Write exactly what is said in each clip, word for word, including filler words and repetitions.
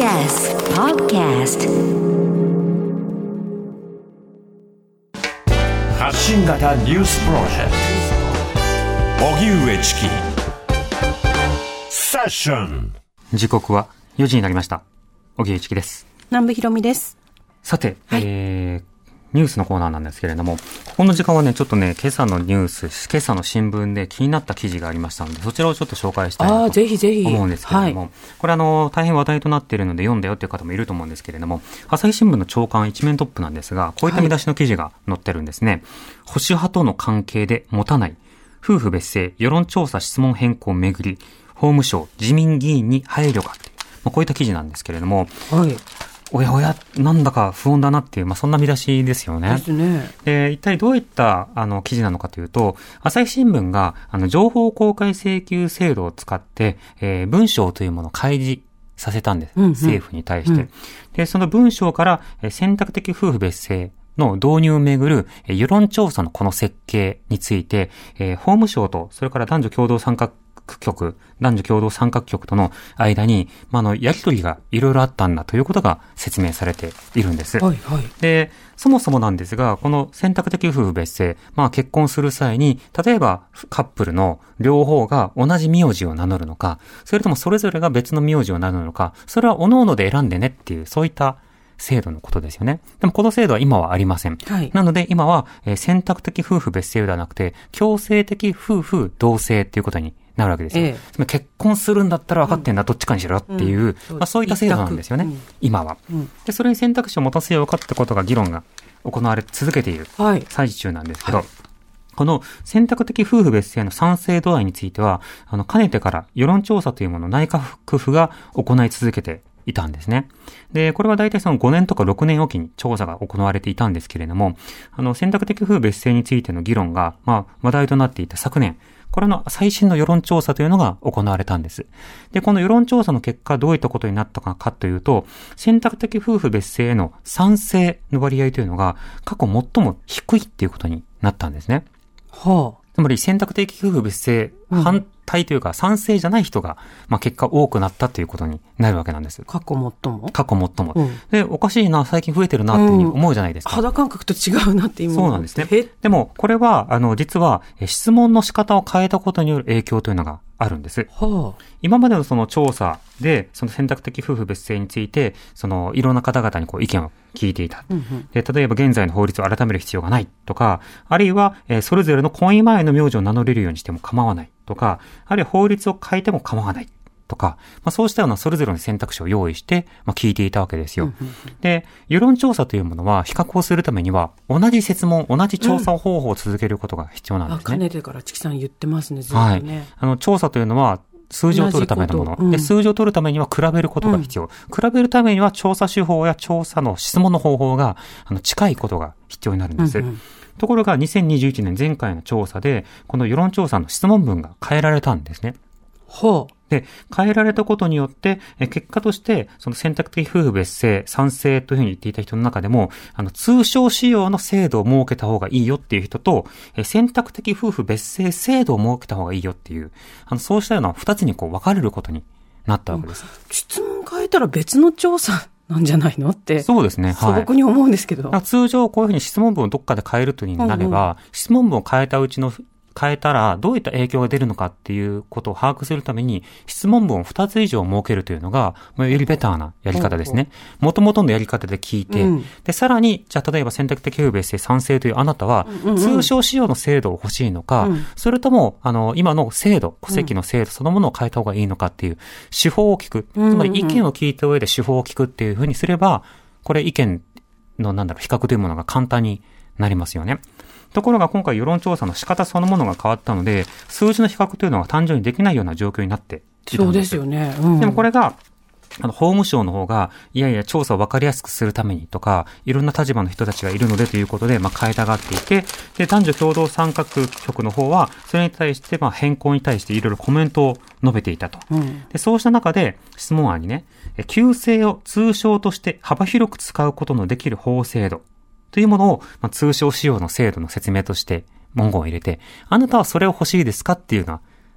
ビーエス Podcast 発信型ニュースプロジェクト荻上チキセッション。 時刻はよじになりました。荻上チキです。 南部ひろみです。 さて、 はい、 えーニュースのコーナーなんですけれども、ここの時間はね、ちょっとね、今朝のニュース、今朝の新聞で気になった記事がありましたので、そちらをちょっと紹介したいなと思うんですけれども、これあの、大変話題となっているので読んだよという方もいると思うんですけれども、朝日新聞の朝刊一面トップなんですが、こういった見出しの記事が載ってるんですね。はい、保守派との関係で持たない、夫婦別姓、世論調査質問変更めぐり、法務省、自民議員に配慮かっていう、まあ、こういった記事なんですけれども、はい、おやおや、なんだか不穏だなっていう、まあ、そんな見出しですよね。 ですね。 で、一体どういったあの記事なのかというと、朝日新聞があの情報公開請求制度を使って、えー、文章というものを開示させたんです。うんうん、政府に対して、うん。で、その文章から、えー、選択的夫婦別姓の導入をめぐる、えー、世論調査のこの設計について、えー、法務省とそれから男女共同参画局、男女共同参画局との間に、まあ、あの、やりとりがいろいろあったんだということが説明されているんです。はいはい。で、そもそもなんですが、この選択的夫婦別姓、まあ結婚する際に、例えばカップルの両方が同じ名字を名乗るのか、それともそれぞれが別の名字を名乗るのか、それは各々で選んでねっていう、そういった制度のことですよね。でもこの制度は今はありません。はい、なので今は、えー、選択的夫婦別姓ではなくて、強制的夫婦同姓っていうことになるわけですよ。ええ、結婚するんだったら分かってんだ、うん、どっちかにしろっていう、うん、まあ、そういった制度なんですよね、うん、今は、うん。で、それに選択肢を持たせようかってことが議論が行われ続けている最中なんですけど、はいはい、この選択的夫婦別姓の賛成度合いについては、あの、かねてから世論調査というものを内閣府が行い続けていたんですね。で、これは大体そのごねんとかろくねんおきに調査が行われていたんですけれども、あの、選択的夫婦別姓についての議論が、まあ、話題となっていた昨年、これの最新の世論調査というのが行われたんです。で、この世論調査の結果どういったことになったかというと、選択的夫婦別姓への賛成の割合というのが過去最も低いっていうことになったんですね。はあ。つまり選択的夫婦別姓、うん、反対というか賛成じゃない人が、まあ、結果多くなったということになるわけなんです。 過去最も過去最も、うん、で、おかしいな、最近増えてるなっていうふうに思うじゃないですか。うん、 肌感覚と違うなって今そうなんですね。でも、これは、あの、実は、質問の仕方を変えたことによる影響というのがあるんです。はあ、今までのその調査で、その選択的夫婦別姓について、その、いろんな方々にこう意見を聞いていた。うんうん、で、例えば現在の法律を改める必要がないとか、あるいは、えー、それぞれの婚姻前の名字を名乗れるようにしても構わないとか、あるいは法律を変えても構わないとか、まあ、そうしたようなそれぞれの選択肢を用意して、まあ、聞いていたわけですよ。うんうんうん、で、世論調査というものは比較をするためには、同じ設問、同じ調査方法を続けることが必要なんですね。 かねてからチキさん言ってますね、ずっとね。はい。 あの、調査というのは、数字を取るためのもの、うん、で数字を取るためには比べることが必要、うん、比べるためには調査手法や調査の質問の方法があの近いことが必要になるんです、うんうん、ところがにせんにじゅういちねん前回の調査でこの世論調査の質問文が変えられたんですね。ほう。で、変えられたことによって、え結果として、その選択的夫婦別姓、賛成というふうに言っていた人の中でも、あの、通称使用の制度を設けた方がいいよっていう人と、え選択的夫婦別姓制度を設けた方がいいよっていう、あの、そうしたような二つにこう分かれることになったわけです。 質問変えたら別の調査なんじゃないのって。 そうですね。はい。 素朴に思うんですけど。 通常こういうふうに質問文をどっかで変えるとになれば、うんうん、質問文を変えたうちの変えたらどういった影響が出るのかっていうことを把握するために質問文をふたつ以上設けるというのがよりベターなやり方ですね。元々のやり方で聞いて、うん、でさらにじゃあ例えば選択的夫婦別姓賛成というあなたは、うんうん、通称使用の制度を欲しいのか、うん、それともあの今の制度戸籍の制度そのものを変えた方がいいのかっていう手法を聞く、つまり意見を聞いた上で手法を聞くっていうふうにすればこれ意見のなんだろう比較というものが簡単になりますよね。ところが今回世論調査の仕方そのものが変わったので、数字の比較というのが単純にできないような状況になっていたんです。 そうですよね。うん、 でもこれが、あの、法務省の方が、いやいや、調査を分かりやすくするためにとか、いろんな立場の人たちがいるのでということで、まあ、変えたがっていて、で、男女共同参画局の方は、それに対して、まあ、変更に対していろいろコメントを述べていたと。うん、で、そうした中で、質問案にね、旧姓を通称として幅広く使うことのできる法制度というものを、まあ、通称使用の制度の説明として文言を入れて、あなたはそれを欲しいですかっていうような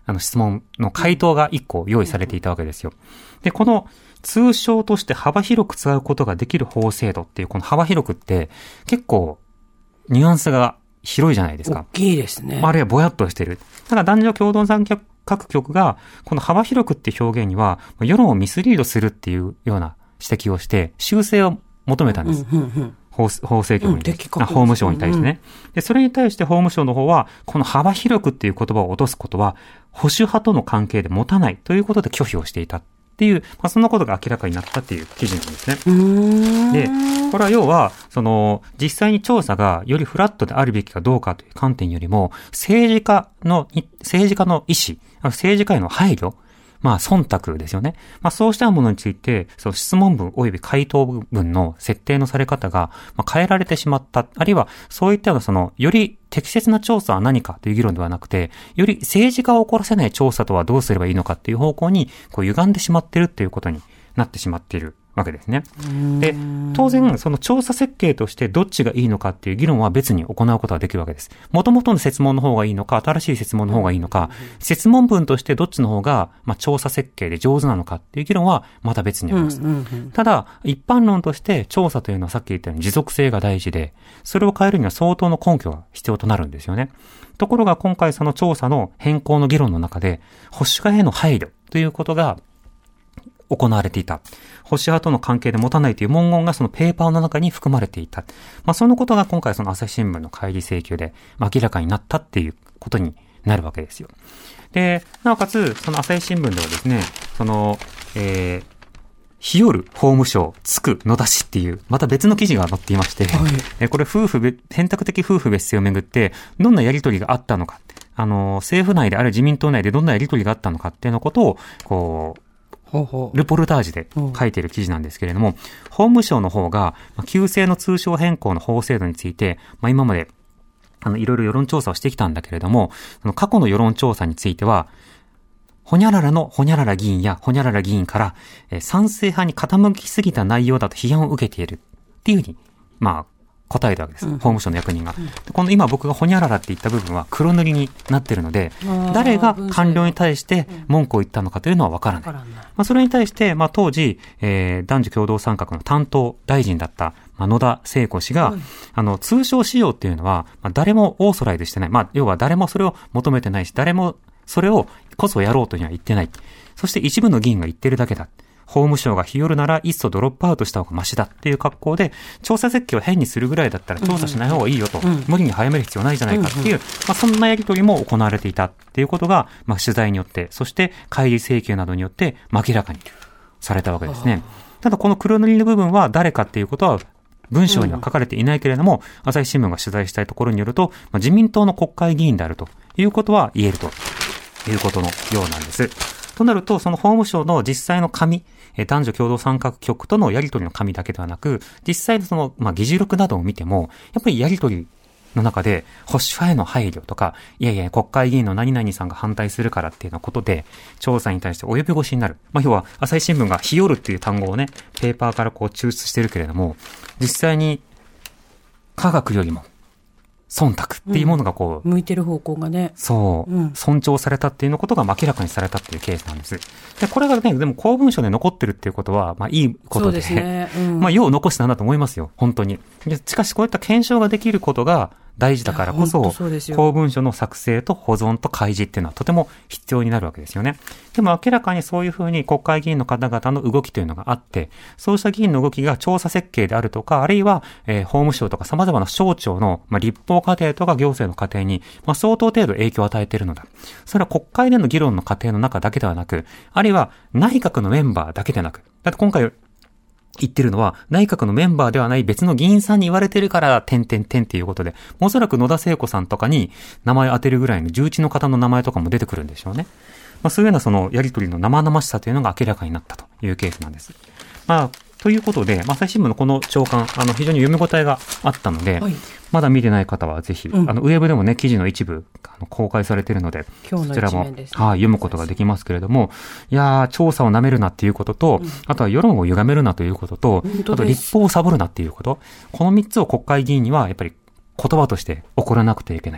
あの質問の回答がいっこ用意されていたわけですよ。で、この通称として幅広く使うことができる法制度っていうこの幅広くって結構ニュアンスが広いじゃないですか。 大きいですね。 あるいはぼやっとしてる。ただ男女共同参画各局がこの幅広くっていう表現には世論をミスリードするっていうような指摘をして修正を求めたんです。 うんうんうん法, 法制局に、ねうん、 法務省に対してね、うん。で、それに対して法務省の方は、この幅広くっていう言葉を落とすことは、保守派との関係で持たないということで拒否をしていたっていう、まあ、そんなことが明らかになったっていう記事なんですね。 うーんで、これは要は、その、実際に調査がよりフラットであるべきかどうかという観点よりも、政治家の、政治家の意思、政治家への配慮、まあ、忖度ですよね。まあ、そうしたものについて、その質問文及び回答文の設定のされ方が、まあ、変えられてしまった。あるいは、そういったような、その、より適切な調査は何かという議論ではなくて、より政治家を怒らせない調査とはどうすればいいのかっていう方向に、こう、歪んでしまっているっていうことになってしまっているわけですね。で、当然、その調査設計としてどっちがいいのかっていう議論は別に行うことができるわけです。元々の設問の方がいいのか、新しい設問の方がいいのか、設問文としてどっちの方が、まあ、調査設計で上手なのかっていう議論はまた別にあります。 うんうんうん、 ただ、一般論として調査というのはさっき言ったように持続性が大事で、それを変えるには相当の根拠が必要となるんですよね。ところが今回その調査の変更の議論の中で、保守派への配慮ということが行われていた。保守派との関係で持たないという文言がそのペーパーの中に含まれていた。まあ、そのことが今回その朝日新聞の開示請求で明らかになったっていうことになるわけですよ。で、なおかつ、その朝日新聞ではですね、その、えー、日和法務省つく野田氏っていう、また別の記事が載っていまして、はい、これ夫婦、選択的夫婦別姓をめぐって、どんなやりとりがあったのか、あの、政府内である自民党内でどんなやりとりがあったのかっていうのことを、こう、 ほうほうルポルタージュで書いている記事なんですけれども、法務省の方が、旧姓の通称変更の法制度について、まあ、今まで、あの、いろいろ世論調査をしてきたんだけれども、その過去の世論調査については、ほにゃららのほにゃらら議員やほにゃらら議員から、えー、賛成派に傾きすぎた内容だと批判を受けているっていうふうに、まあ、答えたわけです。うん、法務省の役人が、うん。この今僕がほにゃららって言った部分は黒塗りになっているので、誰が官僚に対して文句を言ったのかというのはわからない。うん、まあ、それに対して、まあ、当時、えー、男女共同参画の担当大臣だった、まあ、野田聖子氏が、うん、あの、通称使用っていうのは、まあ、誰もオーソライズしてない。まあ、要は誰もそれを求めてないし、誰もそれをこそやろうというのは言ってない。そして一部の議員が言ってるだけだ。法務省が日和ならいっそドロップアウトした方がマシだっていう格好で、調査設計を変にするぐらいだったら調査しない方がいいよと、うんうん、無理に早める必要ないじゃないかっていう、うんうん、まあ、そんなやり取りも行われていたっていうことが、まあ、取材によって、そして開示請求などによって明らかにされたわけですね。ただこの黒塗りの部分は誰かっていうことは文章には書かれていないけれども、うん、朝日新聞が取材したいところによると、まあ、自民党の国会議員であるということは言えるということのようなんです。となると、その法務省の実際の紙、男女共同参画局とのやり取りの紙だけではなく、実際のその、まあ、議事録などを見ても、やっぱりやり取りの中で、保守派への配慮とか、いやいや、国会議員の何々さんが反対するからっていうようなことで、調査に対して及び腰になる。まあ、要は、朝日新聞が日和っていう単語をね、ペーパーからこう抽出してるけれども、実際に、科学よりも、忖度っていうものがこう、 うん、向いてる方向がね。 そう、うん、尊重されたっていうのことが明らかにされたっていうケースなんです。で、これがね、でも公文書で残ってるっていうことは、まあいいことで、 そうですね、うん、 まあよう残したんだと思いますよ、本当に。で、しかしこういった検証ができることが大事だからこそ、公文書の作成と保存と開示っていうのはとても必要になるわけですよね。でも明らかにそういうふうに国会議員の方々の動きというのがあって、そうした議員の動きが調査設計であるとか、あるいは、えー、法務省とか様々な省庁の、まあ、立法過程とか行政の過程に、まあ、相当程度影響を与えているのだ。それは国会での議論の過程の中だけではなく、あるいは内閣のメンバーだけでなく、だって今回言ってるのは内閣のメンバーではない別の議員さんに言われてるから点点点っていうことで、おそらく野田聖子さんとかに名前を当てるぐらいの重鎮の方の名前とかも出てくるんでしょうね。まあ、そういうようなそのやり取りの生々しさというのが明らかになったというケースなんです。まあということで、まあ、朝日新聞のこの朝刊、あの非常に読み応えがあったので、はい、まだ見てない方はぜひ、うん、あのウェブでもね記事の一部あの公開されているので、 今日のそちらも、 一面ですね、 はい、読むことができますけれども、いやー調査をなめるなっていうことと、うん、あとは世論を歪めるなということと、あと立法をサボるなっていうこと、このみっつを国会議員にはやっぱり言葉として怒らなくてはいけない。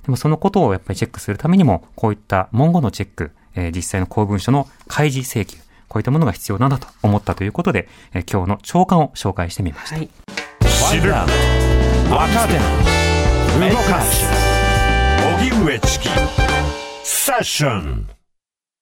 でもそのことをやっぱりチェックするためにも、こういった文言のチェック、えー、実際の公文書の開示請求、こういったものが必要なんだと思ったということで、えー、今日の朝刊を紹介してみました。はい、 知る、若手、動かす、荻上チキセッション。